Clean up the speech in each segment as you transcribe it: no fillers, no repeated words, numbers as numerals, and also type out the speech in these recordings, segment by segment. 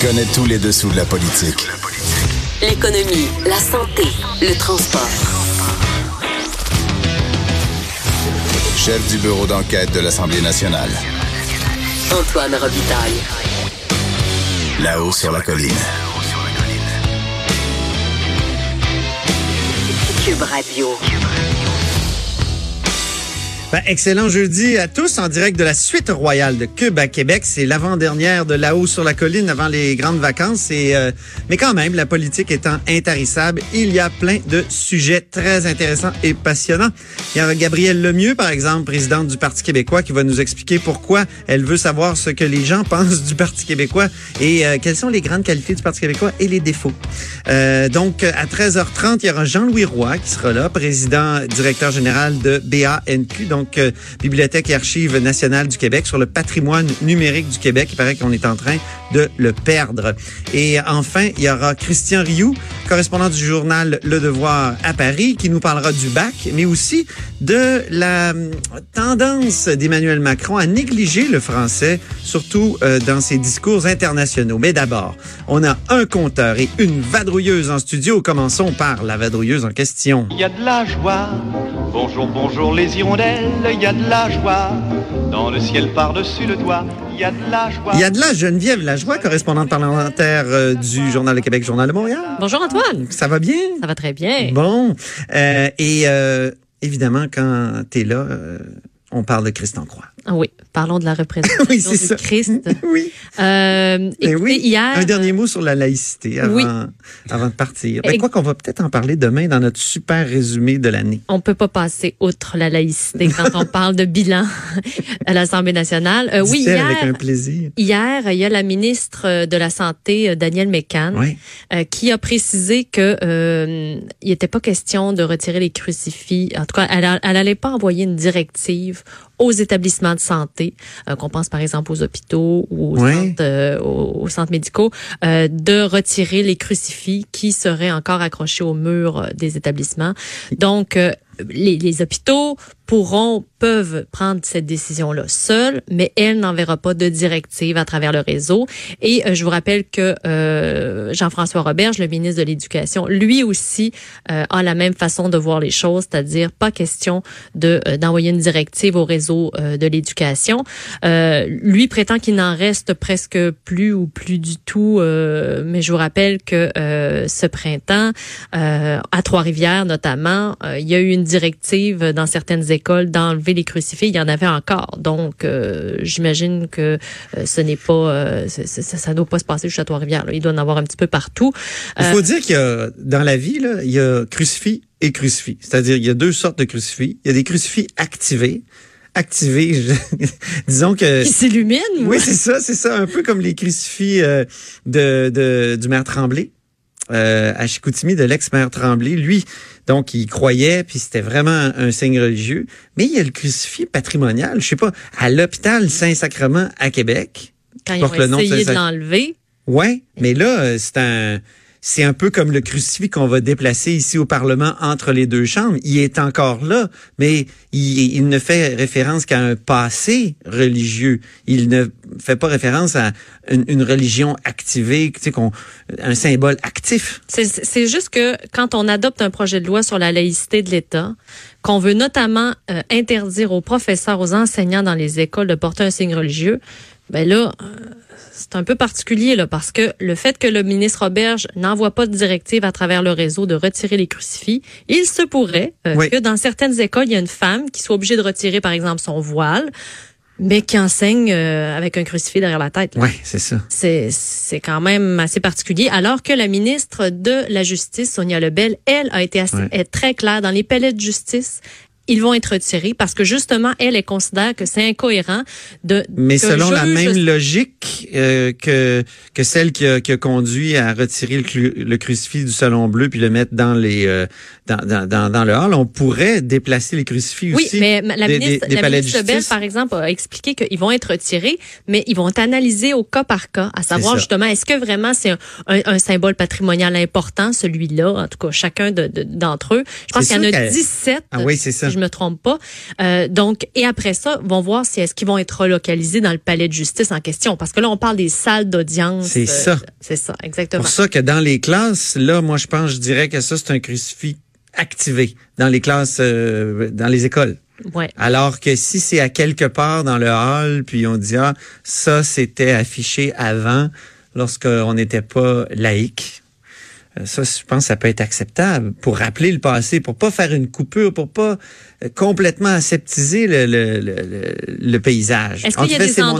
connaît tous les dessous de la politique. L'économie, la santé, le transport. Chef du bureau d'enquête de l'Assemblée nationale. Antoine Robitaille. Là-haut sur la colline. Cube Radio. Excellent jeudi à tous en direct de la suite royale de Cube à Québec. C'est l'avant-dernière de Là-haut sur la colline avant les grandes vacances. Mais quand même, la politique étant intarissable, il y a plein de sujets très intéressants et passionnants. Il y a Gabrielle Lemieux, par exemple, présidente du Parti québécois, qui va nous expliquer pourquoi elle veut savoir ce que les gens pensent du Parti québécois et quelles sont les grandes qualités du Parti québécois et les défauts. Donc, à 13h30, il y aura Jean-Louis Roy qui sera là, président, directeur général de BANQ, donc Bibliothèque et Archives nationales du Québec, sur le patrimoine numérique du Québec. Il paraît qu'on est en train de le perdre. Et enfin, il y aura Christian Rioux, correspondant du journal Le Devoir à Paris, qui nous parlera du bac, mais aussi de la tendance d'Emmanuel Macron à négliger le français, surtout dans ses discours internationaux. Mais d'abord, on a un conteur et une vadrouilleuse en studio. Commençons par la vadrouilleuse en question. Il y a de la joie. Bonjour, bonjour les hirondelles, il y a de la joie. Dans le ciel par-dessus le toit, il y a de la joie. Il y a de la Geneviève Lajoie, correspondante parlementaire du Journal de Québec, Journal de Montréal. Bonjour Antoine. Ça va bien? Ça va très bien. Bon. Évidemment, quand t'es là, on parle de Christ en croix. Ah oui, parlons de la représentation oui, c'est du ça. Christ. Oui. Écoutez, oui. hier... Un dernier mot sur la laïcité avant de partir. Quoi qu'on va peut-être en parler demain dans notre super résumé de l'année. On peut pas passer outre la laïcité quand on parle de bilan à l'Assemblée nationale. Oui, hier, avec un plaisir. Hier, il y a la ministre de la Santé, Danielle Mécan, qui a précisé que il n'était pas question de retirer les crucifix. En tout cas, elle allait pas envoyer une directive aux établissements de santé, qu'on pense par exemple aux hôpitaux ou aux centres médicaux, de retirer les crucifix qui seraient encore accrochés au mur des établissements. Donc, les hôpitaux peuvent prendre cette décision-là seuls, mais elle n'enverra pas de directive à travers le réseau. Et je vous rappelle que Jean-François Roberge, le ministre de l'Éducation, lui aussi a la même façon de voir les choses, c'est-à-dire pas question d'envoyer une directive au réseau de l'Éducation. Lui prétend qu'il n'en reste presque plus du tout, mais je vous rappelle que ce printemps, à Trois-Rivières notamment, il y a eu une directive dans certaines écoles d'enlever les crucifix. Il y en avait encore. Donc, j'imagine que ce n'est pas, ça doit pas se passer juste à Trois-Rivières. Il doit en avoir un petit peu partout. Il faut dire qu'il y a, dans la vie, là, il y a crucifix et crucifix. C'est-à-dire, il y a deux sortes de crucifix. Il y a des crucifix activés, disons que... Qui s'illuminent? Oui, c'est ça. Un peu comme les crucifix du maire Tremblay. À Chicoutimi, de l'ex-maire Tremblay. Lui, donc, il croyait, puis c'était vraiment un signe religieux. Mais il y a le crucifix patrimonial, je sais pas, à l'hôpital Saint-Sacrement à Québec. Quand ils ont essayé de l'enlever. Ouais, mais là, c'est un peu comme le crucifix qu'on va déplacer ici au Parlement entre les deux chambres. Il est encore là, mais il ne fait référence qu'à un passé religieux. Il ne fait pas référence à une religion activée, tu sais, un symbole actif. C'est juste que quand on adopte un projet de loi sur la laïcité de l'État, qu'on veut notamment interdire aux professeurs, aux enseignants dans les écoles de porter un signe religieux, ben là, c'est un peu particulier là, parce que le fait que le ministre Roberge n'envoie pas de directive à travers le réseau de retirer les crucifix, il se pourrait que dans certaines écoles, il y a une femme qui soit obligée de retirer, par exemple, son voile, mais qui enseigne avec un crucifix derrière la tête. Oui, c'est ça. C'est quand même assez particulier. Alors que la ministre de la Justice, Sonia Lebel, elle a été est très claire dans les pellets de justice. Ils vont être retirés parce que justement, elle considère que c'est incohérent Mais selon la même logique que celle qui a conduit à retirer le crucifix du Salon Bleu puis le mettre dans le hall, on pourrait déplacer les crucifix aussi. Oui, mais la ministre Lebel, justice. par exemple, a expliqué qu'ils vont être retirés, mais ils vont analyser au cas par cas, à savoir justement, est-ce que vraiment c'est un symbole patrimonial important, celui-là, en tout cas, chacun d'entre eux. Je pense qu'il y en a 17. Ah oui, c'est ça. Je me trompe pas. Donc, et après ça, vont voir si est-ce qu'ils vont être relocalisés dans le palais de justice en question. Parce que là, on parle des salles d'audience. C'est ça. C'est ça, exactement. Pour ça que dans les classes, là, moi, je dirais que ça, c'est un crucifix activé dans les classes, dans les écoles. Ouais. Alors que si c'est à quelque part dans le hall, puis on dit, ça, c'était affiché avant, lorsqu'on n'était pas laïque. Ça, je pense que ça peut être acceptable pour rappeler le passé, pour pas faire une coupure, pour pas complètement aseptiser le paysage. Est-ce qu'il y a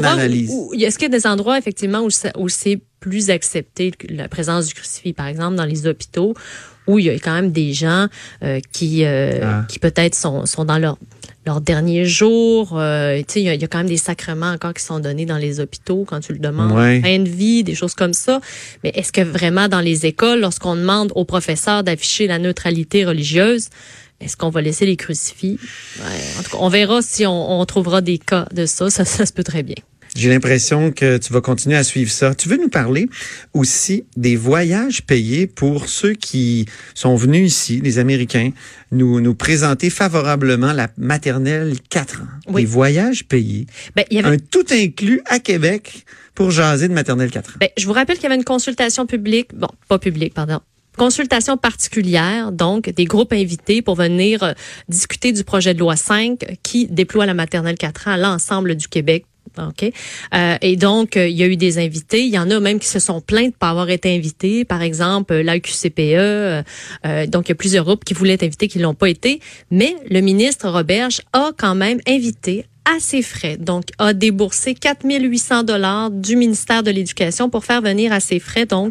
des endroits effectivement où c'est plus accepté la présence du crucifix, par exemple dans les hôpitaux, où il y a quand même des gens qui peut-être sont dans leur dernier jour. Il y a quand même des sacrements encore qui sont donnés dans les hôpitaux quand tu le demandes. Ouais. Fin de vie, des choses comme ça. Mais est-ce que vraiment dans les écoles, lorsqu'on demande aux professeurs d'afficher la neutralité religieuse, est-ce qu'on va laisser les crucifix? En tout cas, on verra si on trouvera des cas de ça. Ça se peut très bien. J'ai l'impression que tu vas continuer à suivre ça. Tu veux nous parler aussi des voyages payés pour ceux qui sont venus ici, les Américains, nous présenter favorablement la maternelle 4 ans. Oui. Des voyages payés. Il y avait un tout inclus à Québec pour jaser de maternelle 4 ans. Je vous rappelle qu'il y avait une consultation publique. Bon, pas publique, pardon. Consultation particulière, donc des groupes invités pour venir discuter du projet de loi 5 qui déploie la maternelle 4 ans à l'ensemble du Québec. OK. Et donc, il y a eu des invités. Il y en a même qui se sont plaints de pas avoir été invités. Par exemple, l'AQCPE. Donc, il y a plusieurs groupes qui voulaient être invités, qui l'ont pas été. Mais le ministre Roberge a quand même invité à ses frais. Donc, a déboursé 4 800 $ du ministère de l'Éducation pour faire venir à ses frais, donc,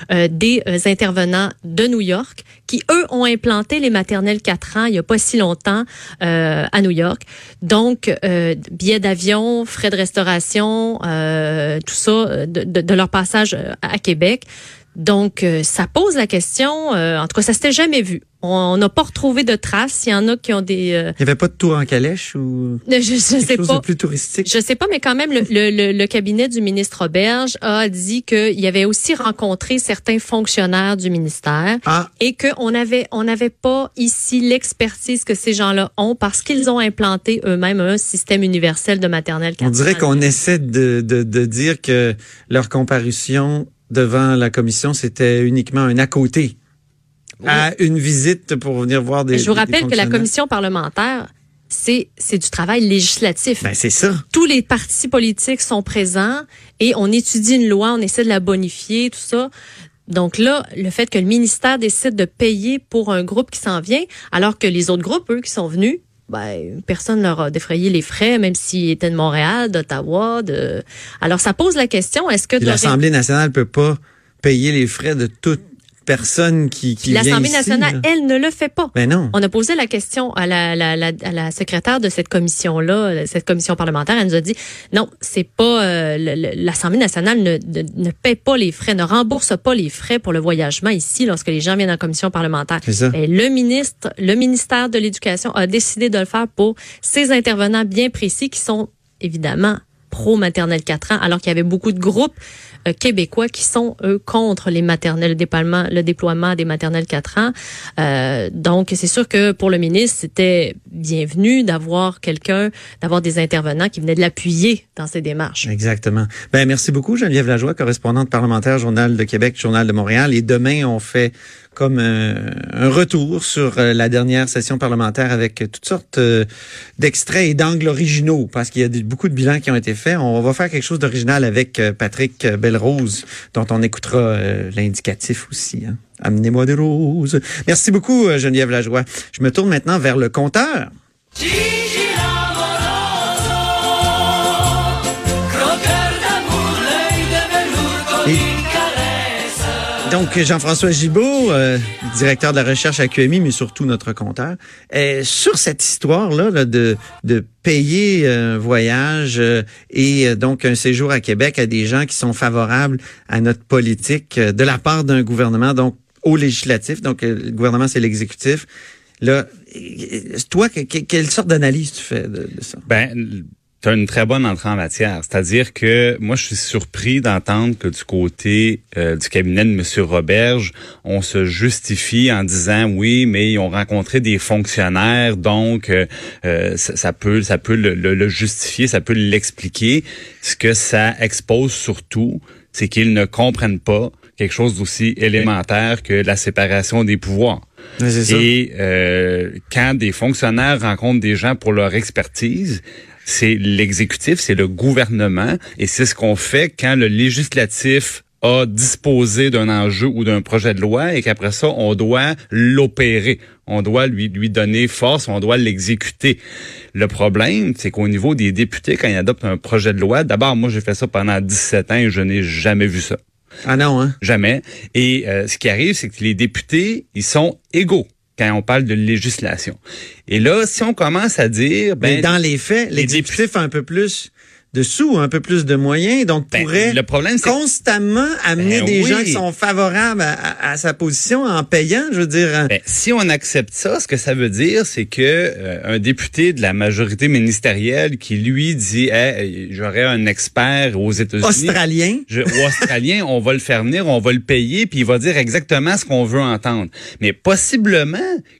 des intervenants de New York qui, eux, ont implanté les maternelles 4 ans il y a pas si longtemps à New York. Donc, billets d'avion, frais de restauration, tout ça, de leur passage à Québec. Donc, ça pose la question. En tout cas, ça s'était jamais vu. On n'a pas retrouvé de traces. Il y en a qui ont des... Il n'y avait pas de tour en calèche ou je sais chose pas. de plus touristique? Je sais pas, mais quand même, le cabinet du ministre Roberge a dit qu'il avait aussi rencontré certains fonctionnaires du ministère et qu'on n'avait pas ici l'expertise que ces gens-là ont parce qu'ils ont implanté eux-mêmes un système universel de maternelle 4 ans. On dirait qu'on essaie de dire que leur comparution devant la commission, c'était uniquement un à côté. Oui. À une visite pour venir voir des. Je vous rappelle que la commission parlementaire, c'est du travail législatif. C'est ça. Tous les partis politiques sont présents et on étudie une loi, on essaie de la bonifier, tout ça. Donc là, le fait que le ministère décide de payer pour un groupe qui s'en vient, alors que les autres groupes, eux, qui sont venus, personne leur a défrayé les frais, même s'ils étaient de Montréal, d'Ottawa. Alors, ça pose la question, est-ce que... L'Assemblée nationale peut pas payer les frais de toute personne qui vient ici. L'Assemblée nationale, elle, ne le fait pas. Non. On a posé la question à la secrétaire de cette commission-là, cette commission parlementaire. Elle nous a dit, non, c'est pas... l'Assemblée nationale ne paie pas les frais, ne rembourse pas les frais pour le voyagement ici lorsque les gens viennent en commission parlementaire. C'est ça. Et le ministère de l'Éducation a décidé de le faire pour ces intervenants bien précis qui sont évidemment pro-maternelle 4 ans, alors qu'il y avait beaucoup de groupes québécois qui sont, eux, contre les maternelles, le déploiement des maternelles 4 ans. Donc, c'est sûr que pour le ministre, c'était bienvenu d'avoir des intervenants qui venaient de l'appuyer dans ses démarches. Exactement. Merci beaucoup, Geneviève Lajoie, correspondante parlementaire, Journal de Québec, Journal de Montréal. Et demain, on fait comme un retour sur la dernière session parlementaire avec toutes sortes d'extraits et d'angles originaux, parce qu'il y a beaucoup de bilans qui ont été faits. On va faire quelque chose d'original avec Patrick Belrose, dont on écoutera l'indicatif aussi. Hein. Amenez-moi des roses. Merci beaucoup, Geneviève Lajoie. Je me tourne maintenant vers le compteur. Donc, Jean-François Gibault, directeur de la recherche à QMI, mais surtout notre compteur, sur cette histoire-là de payer un voyage et donc un séjour à Québec à des gens qui sont favorables à notre politique de la part d'un gouvernement, donc au législatif, donc le gouvernement, c'est l'exécutif. Là, toi, quelle sorte d'analyse tu fais de ça? Tu as une très bonne entrée en matière. C'est-à-dire que moi, je suis surpris d'entendre que du côté du cabinet de M. Roberge, on se justifie en disant oui, mais ils ont rencontré des fonctionnaires, donc ça peut le justifier, ça peut l'expliquer. Ce que ça expose surtout, c'est qu'ils ne comprennent pas quelque chose d'aussi élémentaire que la séparation des pouvoirs. Ouais, c'est ça. Et quand des fonctionnaires rencontrent des gens pour leur expertise, c'est l'exécutif, c'est le gouvernement, et c'est ce qu'on fait quand le législatif a disposé d'un enjeu ou d'un projet de loi et qu'après ça, on doit l'opérer. On doit lui donner force, on doit l'exécuter. Le problème, c'est qu'au niveau des députés, quand ils adoptent un projet de loi, d'abord, moi, j'ai fait ça pendant 17 ans et je n'ai jamais vu ça. Ah non, hein? Jamais. Et ce qui arrive, c'est que les députés, ils sont égaux quand on parle de législation. Et là, si on commence à dire... Mais dans les faits, l'exécutif a un peu plus de sous, un peu plus de moyens, donc pourrait le problème, c'est constamment amener des gens qui sont favorables à sa position en payant, je veux dire. Si on accepte ça, ce que ça veut dire, c'est que un député de la majorité ministérielle qui lui dit j'aurais un expert aux États-Unis, australien, on va le faire venir, on va le payer, puis il va dire exactement ce qu'on veut entendre. Mais possiblement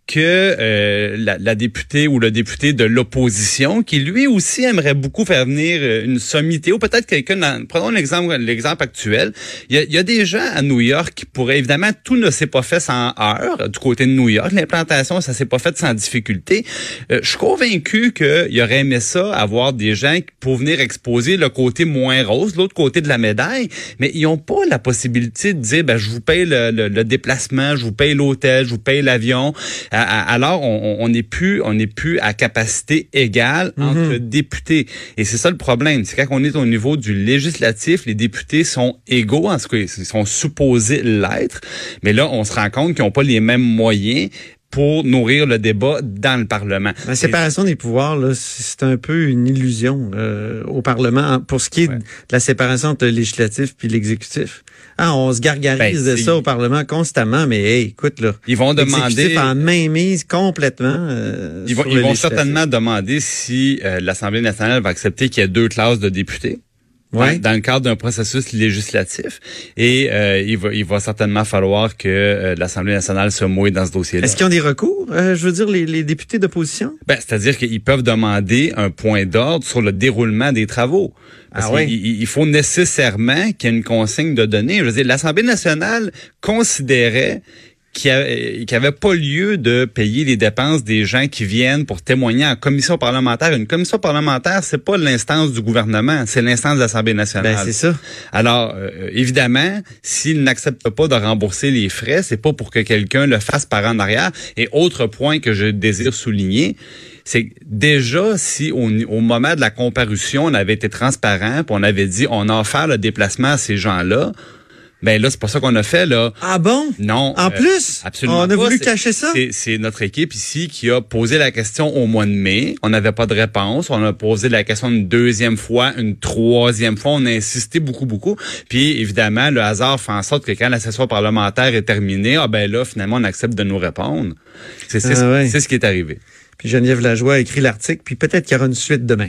que la députée ou le député de l'opposition, qui lui aussi aimerait beaucoup faire venir une sommité, ou peut-être quelqu'un, prenons l'exemple actuel, il y a des gens à New York qui pourraient, évidemment, tout ne s'est pas fait sans heurts, du côté de New York, l'implantation, ça s'est pas fait sans difficulté. Je suis convaincu qu'il aurait aimé ça, avoir des gens pour venir exposer le côté moins rose, l'autre côté de la médaille, mais ils ont pas la possibilité de dire, je vous paye le déplacement, je vous paye l'hôtel, je vous paye l'avion. Alors, on n'est plus à capacité égale entre députés. Et c'est ça le problème. C'est quand on est au niveau du législatif, les députés sont égaux, en tout cas, ils sont supposés l'être. Mais là, on se rend compte qu'ils n'ont pas les mêmes moyens pour nourrir le débat dans le Parlement. La séparation des pouvoirs, là, c'est un peu une illusion au Parlement pour ce qui est de la séparation entre le législatif puis l'exécutif. On se gargarise de ça au Parlement constamment, mais hey, écoute, là, ils vont demander l'exécutif en mainmise complètement. Ils vont certainement demander si l'Assemblée nationale va accepter qu'il y ait 2 classes de députés. Ouais. Dans le cadre d'un processus législatif. Et il va certainement falloir que l'Assemblée nationale se mouille dans ce dossier-là. Est-ce qu'ils ont des recours, je veux dire, les députés d'opposition? C'est-à-dire qu'ils peuvent demander un point d'ordre sur le déroulement des travaux. Parce il faut nécessairement qu'il y ait une consigne de données. Je veux dire, l'Assemblée nationale considérait qu'il n'y avait pas lieu de payer les dépenses des gens qui viennent pour témoigner en commission parlementaire. Une commission parlementaire, c'est pas l'instance du gouvernement, c'est l'instance de l'Assemblée nationale. C'est ça. Alors, évidemment, s'ils n'acceptent pas de rembourser les frais, c'est pas pour que quelqu'un le fasse par en arrière. Et autre point que je désire souligner, c'est que déjà, si au moment de la comparution, on avait été transparent, puis on avait dit, on a offert le déplacement à ces gens-là, là, c'est pas ça qu'on a fait, là. Ah bon? Non. En plus? Absolument. On a voulu cacher ça? C'est notre équipe ici qui a posé la question au mois de mai. On n'avait pas de réponse. On a posé la question une 2e fois, une 3e fois. On a insisté beaucoup. Puis, évidemment, le hasard fait en sorte que quand la session parlementaire est terminée, là, finalement, on accepte de nous répondre. C'est ce qui est arrivé. Puis Geneviève Lajoie a écrit l'article, puis peut-être qu'il y aura une suite demain.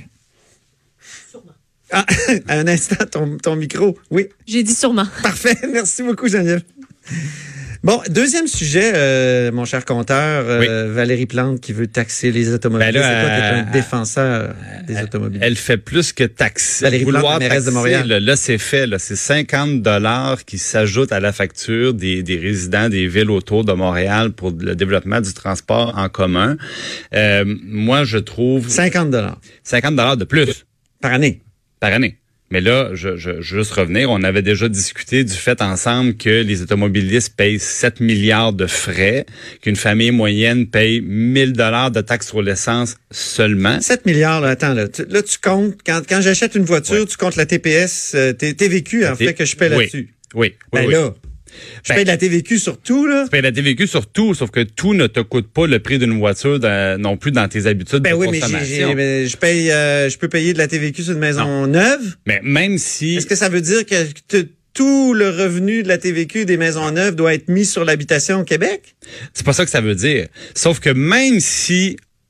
Ah, un instant, ton micro. Oui. J'ai dit sûrement. Parfait. Merci beaucoup, Geneviève. Bon, deuxième sujet, mon cher compteur, Valérie Plante qui veut taxer les automobilistes. C'est quoi, t'es un défenseur des automobilistes? Elle fait plus que taxer. Valérie Plante, la mairesse de Montréal. Là, c'est fait. Là, c'est 50$ qui s'ajoutent à la facture des résidents des villes autour de Montréal pour le développement du transport en commun. Moi, je trouve... 50$. 50$ de plus. Par année. Mais là, je juste revenir, on avait déjà discuté du fait ensemble que les automobilistes payent 7 milliards de frais, qu'une famille moyenne paye 1 000$ de taxes sur l'essence seulement. 7 milliards, là, attends, là, tu comptes, quand j'achète une voiture, tu comptes la TPS, TVQ, en fait, que je paie là-dessus. Oui. Là, je paye de la TVQ sur tout, là. Tu payes de la TVQ sur tout, sauf que tout ne te coûte pas le prix d'une voiture non plus dans tes habitudes de consommation. Mais je peux payer de la TVQ sur une maison neuve. Mais même si... Est-ce que ça veut dire que tout le revenu de la TVQ des maisons neuves doit être mis sur l'habitation au Québec? C'est pas ça que ça veut dire. Sauf que même si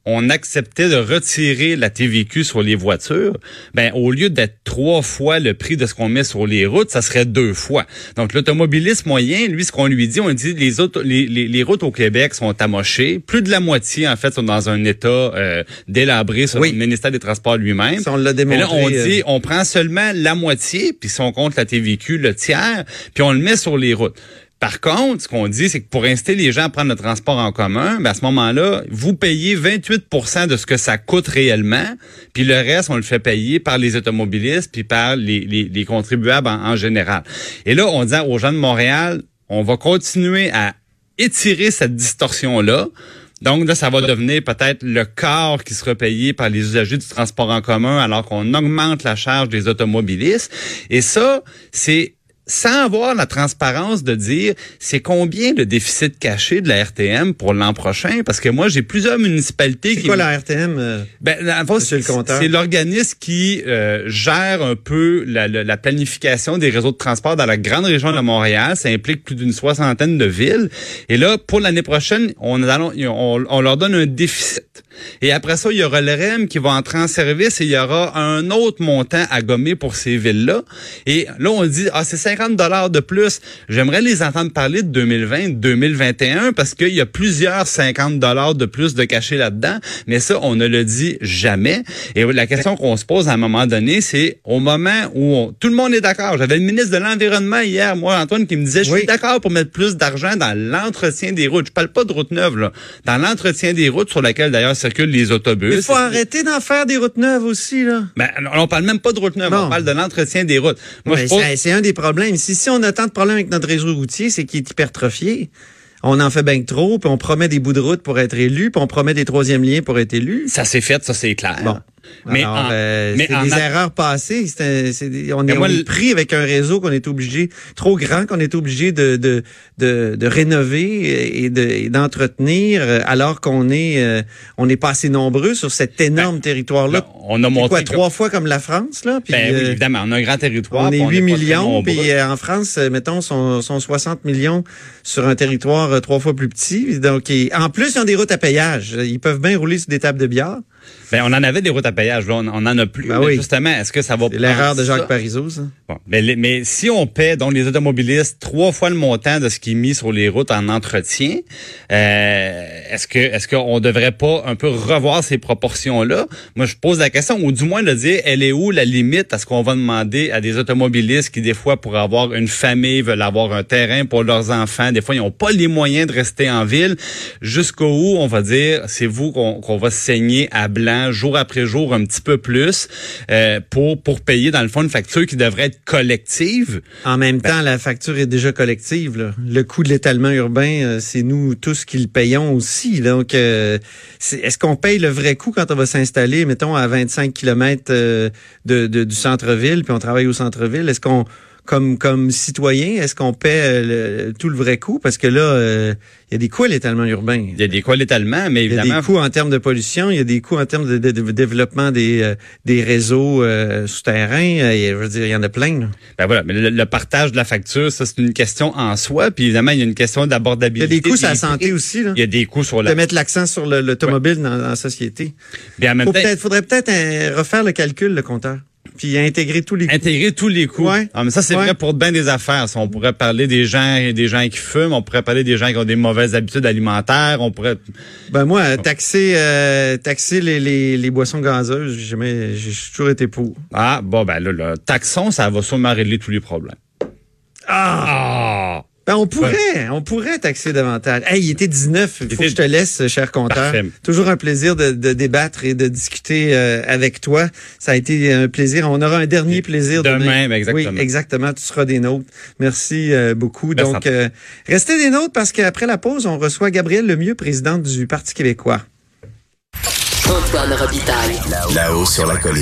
on acceptait de retirer la TVQ sur les voitures, ben au lieu d'être 3 fois le prix de ce qu'on met sur les routes, ça serait 2 fois. Donc l'automobiliste moyen, lui, ce qu'on lui dit, on dit les routes au Québec sont amochées. Plus de la moitié, en fait, sont dans un état délabré sur le ministère des Transports lui-même. Ça, on l'a démontré. Mais là, on dit, on prend seulement la moitié, puis si on compte la TVQ, le tiers, puis on le met sur les routes. Par contre, ce qu'on dit, c'est que pour inciter les gens à prendre le transport en commun, ben à ce moment-là, vous payez 28% de ce que ça coûte réellement, puis le reste, on le fait payer par les automobilistes puis par les contribuables en général. Et là, on dit aux gens de Montréal, on va continuer à étirer cette distorsion-là. Donc là, ça va devenir peut-être le quart qui sera payé par les usagers du transport en commun alors qu'on augmente la charge des automobilistes. Et ça, c'est sans avoir la transparence de dire c'est combien le déficit caché de la RTM pour l'an prochain, parce que moi j'ai plusieurs municipalités c'est quoi la RTM? C'est l'organisme qui gère un peu la planification des réseaux de transport dans la grande région de Montréal. Ça implique plus d'une 60aine de villes. Et là, pour l'année prochaine, on leur donne un déficit. Et après ça, il y aura le REM qui va entrer en service et il y aura un autre montant à gommer pour ces villes-là. Et là, on dit, c'est $50 de plus. J'aimerais les entendre parler de 2020, 2021 parce qu'il y a plusieurs $50 de plus de cachés là-dedans. Mais ça, on ne le dit jamais. Et la question qu'on se pose à un moment donné, c'est au moment où tout le monde est d'accord. J'avais le ministre de l'Environnement hier, moi, Antoine, qui me disait, je suis d'accord pour mettre plus d'argent dans l'entretien des routes. Je parle pas de routes neuves, là. Dans l'entretien des routes sur laquelle, d'ailleurs, circulent les autobus. Il faut arrêter d'en faire des routes neuves aussi, là. Ben, on parle même pas de routes neuves, on parle de l'entretien des routes. Moi, c'est un des problèmes. Si on a tant de problèmes avec notre réseau routier, c'est qu'il est hypertrophié. On en fait bien que trop, puis on promet des bouts de route pour être élu, puis on promet des 3e liens pour être élu. Ça s'est fait, ça c'est clair. Bon. Mais c'est des erreurs passées. On est pris avec un réseau qu'on est obligé, trop grand, qu'on est obligé de rénover et d'entretenir, alors qu'on est pas assez nombreux sur cet énorme territoire-là. On a montré 3 fois comme la France, là. Puis, oui, évidemment, on a un grand territoire. On est 8 millions, puis en France, mettons, sont 60 millions sur un territoire 3 fois plus petit. Donc, en plus, ils ont des routes à péage. Ils peuvent bien rouler sur des tables de billard. Ben, on en avait des routes à péage, là, on en a plus. Oui. Justement, est-ce que ça va... C'est l'erreur de Jacques Parizeau, ça. Bon, mais si on paie, donc, les automobilistes 3 fois le montant de ce qui est mis sur les routes en entretien, est-ce qu'on devrait pas un peu revoir ces proportions-là? Moi, je pose la question, ou du moins de dire, elle est où la limite à ce qu'on va demander à des automobilistes qui, des fois, pour avoir une famille, veulent avoir un terrain pour leurs enfants, des fois, ils n'ont pas les moyens de rester en ville, jusqu'où on va dire, c'est vous qu'on va saigner à blanc, jour après jour, un petit peu plus, pour payer, dans le fond, une facture qui devrait être collective. En même temps, la facture est déjà collective, là. Le coût de l'étalement urbain, c'est nous tous qui le payons aussi. Donc, est-ce qu'on paye le vrai coût quand on va s'installer, mettons, à 25 km du centre-ville, puis on travaille au centre-ville? Est-ce qu'on, comme citoyen, est-ce qu'on paie tout le vrai coût? Parce que là, il y a des coûts à l'étalement urbain. Il y a des coûts à l'étalement, mais évidemment... Il y a des coûts en termes de pollution, il y a des coûts en termes de développement des réseaux souterrains. Je veux dire, il y en a plein, là. Ben voilà, mais le partage de la facture, ça, c'est une question en soi. Puis évidemment, il y a une question d'abordabilité. Il y a des coûts sur la santé aussi, là. Il y a des coûts sur de mettre l'accent sur l'automobile dans la société. Bien, en même temps, faudrait peut-être refaire le calcul, le compteur. Puis intégrer tous les coûts. Intégrer tous les coûts. Ouais. Ah, mais ça, c'est vrai pour bien des affaires. On pourrait parler des gens qui fument, on pourrait parler des gens qui ont des mauvaises habitudes alimentaires, on pourrait... Ben moi, taxer les boissons gazeuses, j'ai toujours été pour. Ah, bon, ben là, taxons, ça va sûrement régler tous les problèmes. Ben, on pourrait taxer davantage. Hey, il était 19. Il faut que je te laisse, cher compteur. Parfait. Toujours un plaisir de débattre et de discuter avec toi. Ça a été un plaisir. On aura un dernier plaisir demain. Exactement. Oui, exactement. Tu seras des nôtres. Merci beaucoup. Merci. Donc, restez des nôtres parce qu'après la pause, on reçoit Gabrielle Lemieux, présidente du Parti québécois. Antoine Robitaille. Là-haut sur la colline.